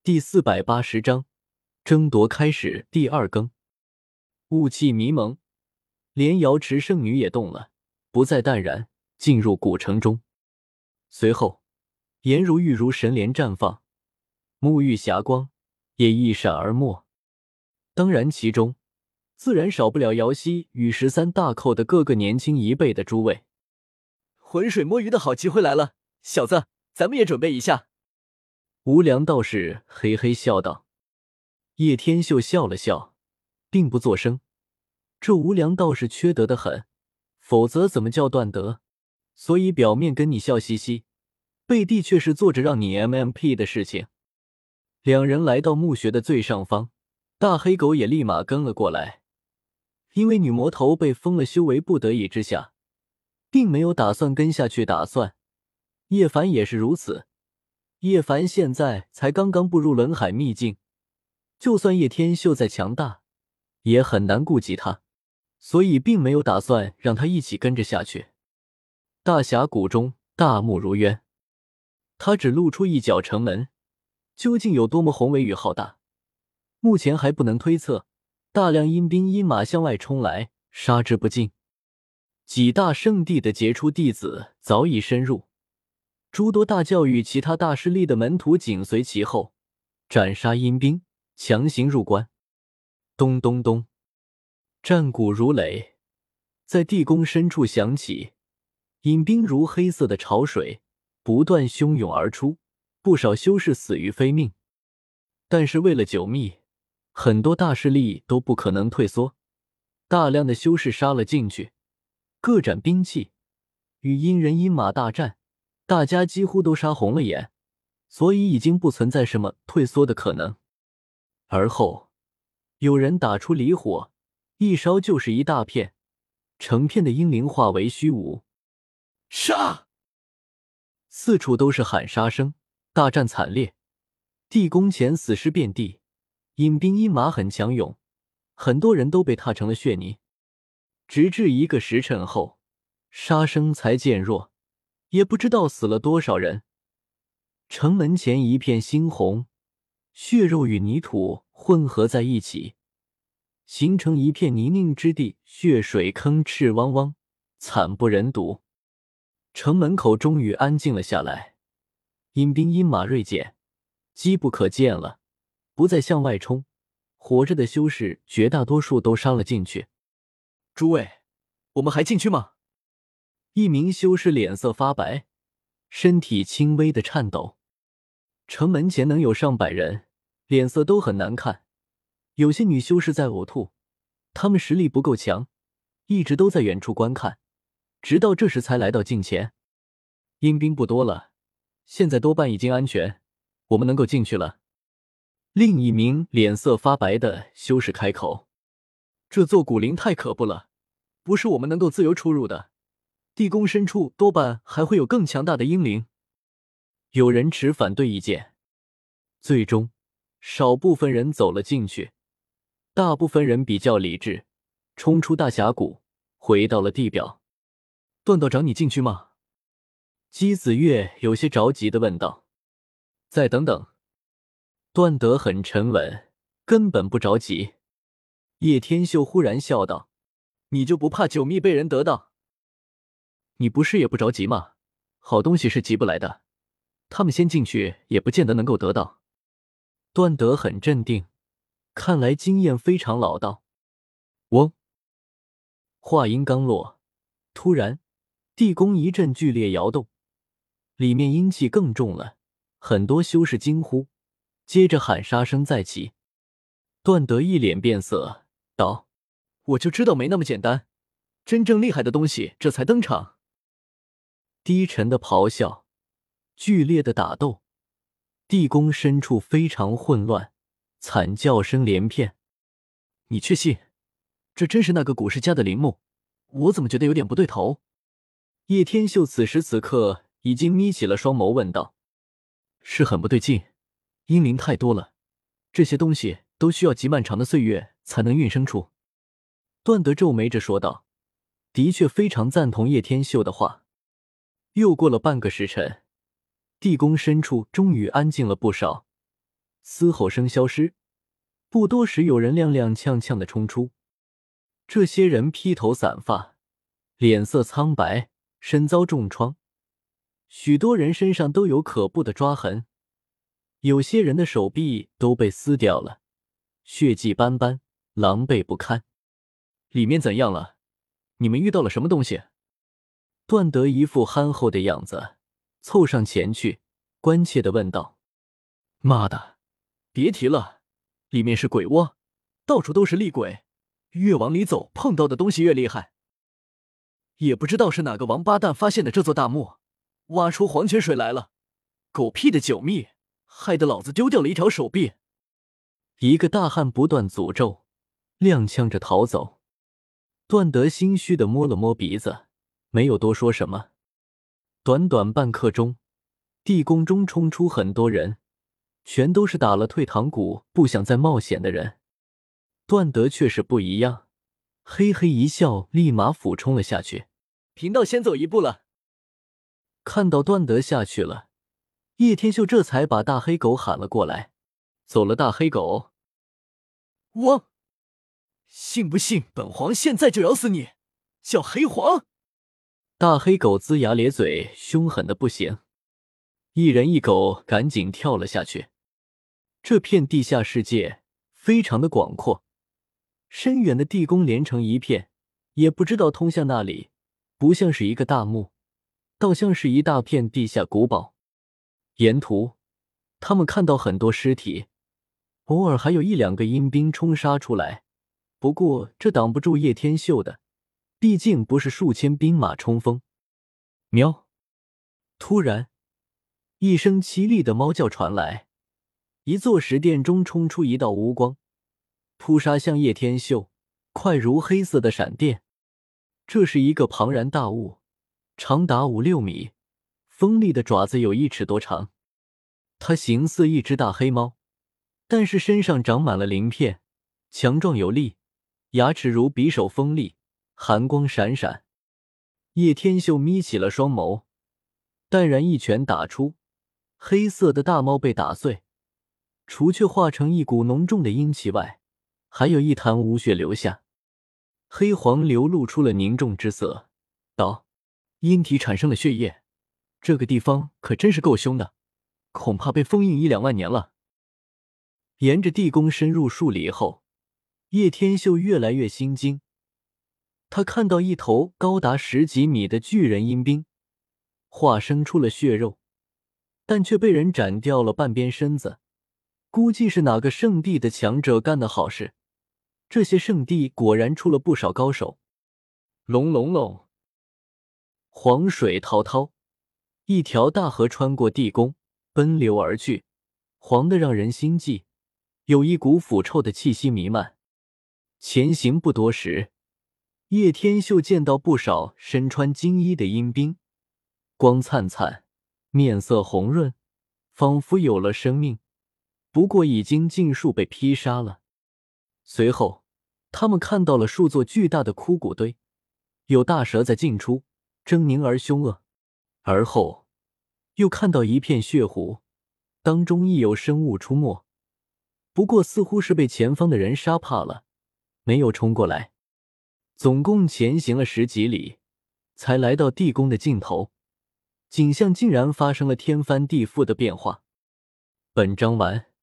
第480章争夺开始第二更。雾气迷蒙，连瑶池圣女也动了，不再淡然，进入古城中。随后颜如玉如神莲绽放，沐浴霞光也一闪而没。当然其中自然少不了瑶溪与13大寇的各个年轻一辈的诸位。 浑水摸鱼的好机会来了，小子，咱们也准备一下。 无良道士嘿嘿笑道。叶天秀笑了笑，并不作声。这无良道士缺德得很，否则怎么叫断德？所以表面跟你笑嘻嘻，背地却是做着让你 MMP 的事情。两人来到墓穴的最上方，大黑狗也立马跟了过来。因为女魔头被封了修为，不得已之下，并没有打算跟下去打算。叶凡也是如此。叶凡现在才刚刚步入轮海秘境，就算叶天秀再强大，也很难顾及他，所以并没有打算让他一起跟着下去。大峡谷中大木如渊，他只露出一角城门，究竟有多么宏伟与浩大，目前还不能推测。大量阴兵阴马向外冲来，杀之不尽。几大圣地的杰出弟子早已深入，诸多大教与其他大势力的门徒紧随其后，斩杀阴兵，强行入关。咚咚咚，战鼓如雷，在地宫深处响起，阴兵如黑色的潮水不断汹涌而出，不少修士死于非命。但是为了救命，很多大势力都不可能退缩，大量的修士杀了进去，各展兵器，与阴人阴马大战，大家几乎都杀红了眼，所以已经不存在什么退缩的可能。而后有人打出离火，一烧就是一大片，成片的阴灵化为虚无。 杀！ 四处都是喊杀声，大战惨烈，地宫前死尸遍地，阴兵阴马很强勇，很多人都被踏成了血泥。直至一个时辰后，杀声才渐弱，也不知道死了多少人。城门前一片猩红，血肉与泥土混合在一起，形成一片泥泞之地，血水坑赤汪汪，惨不忍睹。城门口终于安静了下来，阴兵阴马锐减，机不可见了，不再向外冲，活着的修士绝大多数都杀了进去。 诸位，我们还进去吗？ 一名修士脸色发白，身体轻微的颤抖。城门前能有上百人，脸色都很难看，有些女修士在呕吐，她们实力不够强，一直都在远处观看，直到这时才来到近前。阴兵不多了，现在多半已经安全，我们能够进去了。另一名脸色发白的修士开口。这座古陵太可怖了，不是我们能够自由出入的，地宫深处多半还会有更强大的阴灵。有人持反对意见，最终少部分人走了进去，大部分人比较理智，冲出大峡谷，回到了地表。段道长，你进去吗？姬子月有些着急地问道。再等等。段德很沉稳，根本不着急。叶天秀忽然笑道，你就不怕九秘被人得到？你不是也不着急吗？好东西是急不来的，他们先进去也不见得能够得到。段德很镇定，看来经验非常老道。嗡！话音刚落，突然地宫一阵剧烈摇动，里面阴气更重了，很多修士惊呼，接着喊杀声再起。段德一脸变色道，我就知道没那么简单，真正厉害的东西这才登场。低沉的咆哮，剧烈的打斗，地宫深处非常混乱，惨叫声连片。你确信这真是那个古世家的陵墓？我怎么觉得有点不对头？叶天秀此时此刻已经眯起了双眸问道。是很不对劲，阴灵太多了，这些东西都需要极漫长的岁月才能孕生出。段德皱眉着说道，的确非常赞同叶天秀的话。又过了半个时辰，地宫深处终于安静了不少， 嘶吼声消失，不多时有人踉踉跄跄地冲出。这些人披头散发，脸色苍白，身遭重创，许多人身上都有可怖的抓痕，有些人的手臂都被撕掉了，血迹斑斑，狼狈不堪。 里面怎样了？你们遇到了什么东西？ 段德一副憨厚的样子，凑上前去，关切地问道。 妈的，别提了，里面是鬼窝，到处都是厉鬼，越往里走碰到的东西越厉害。也不知道是哪个王八蛋发现的这座大墓，挖出黄泉水来了，狗屁的九秘，害得老子丢掉了一条手臂。 一个大汉不断诅咒，踉跄着逃走。段德心虚地摸了摸鼻子，没有多说什么。短短半刻钟，地宫中冲出很多人，全都是打了退堂鼓不想再冒险的人。段德却是不一样，嘿嘿一笑，立马俯冲了下去。 贫道先走一步了。 看到段德下去了，叶天秀这才把大黑狗喊了过来。 走了，大黑狗。汪！信不信本皇现在就咬死你，叫黑皇！ 大黑狗龇牙咧嘴，凶狠的不行。一人一狗赶紧跳了下去。这片地下世界非常的广阔，深远的地宫连成一片，也不知道通向那里，不像是一个大墓，倒像是一大片地下古堡。沿途他们看到很多尸体，偶尔还有一两个阴兵冲杀出来，不过这挡不住叶天秀的，毕竟不是数千兵马冲锋。喵！突然一声凄厉的猫叫传来，一座石殿中冲出一道无光，扑杀向叶天秀，快如黑色的闪电。这是一个庞然大物，长达5-6米，锋利的爪子有1尺多长。它形似一只大黑猫，但是身上长满了鳞片，强壮有力，牙齿如匕首锋利，寒光闪闪。叶天秀眯起了双眸，淡然一拳打出，黑色的大猫被打碎，除却化成一股浓重的阴气外，还有一滩无血流下。黑皇流露出了凝重之色，道：阴体产生了血液，这个地方可真是够凶的，恐怕被封印1-2万年了。沿着地宫深入数里后，叶天秀越来越心惊。他看到一头高达10几米的巨人阴兵，化生出了血肉，但却被人斩掉了半边身子，估计是哪个圣地的强者干的好事。这些圣地果然出了不少高手。隆隆隆，黄水滔滔，一条大河穿过地宫，奔流而去，黄得让人心悸，有一股腐臭的气息弥漫。前行不多时，叶天秀见到不少身穿金衣的阴兵，光灿灿，面色红润，仿佛有了生命，不过已经尽数被劈杀了。随后他们看到了数座巨大的枯骨堆，有大蛇在进出，狰狞而凶恶。而后又看到一片血湖，当中亦有生物出没，不过似乎是被前方的人杀怕了，没有冲过来。总共前行了10几里，才来到地宫的尽头，景象竟然发生了天翻地覆的变化。本章完。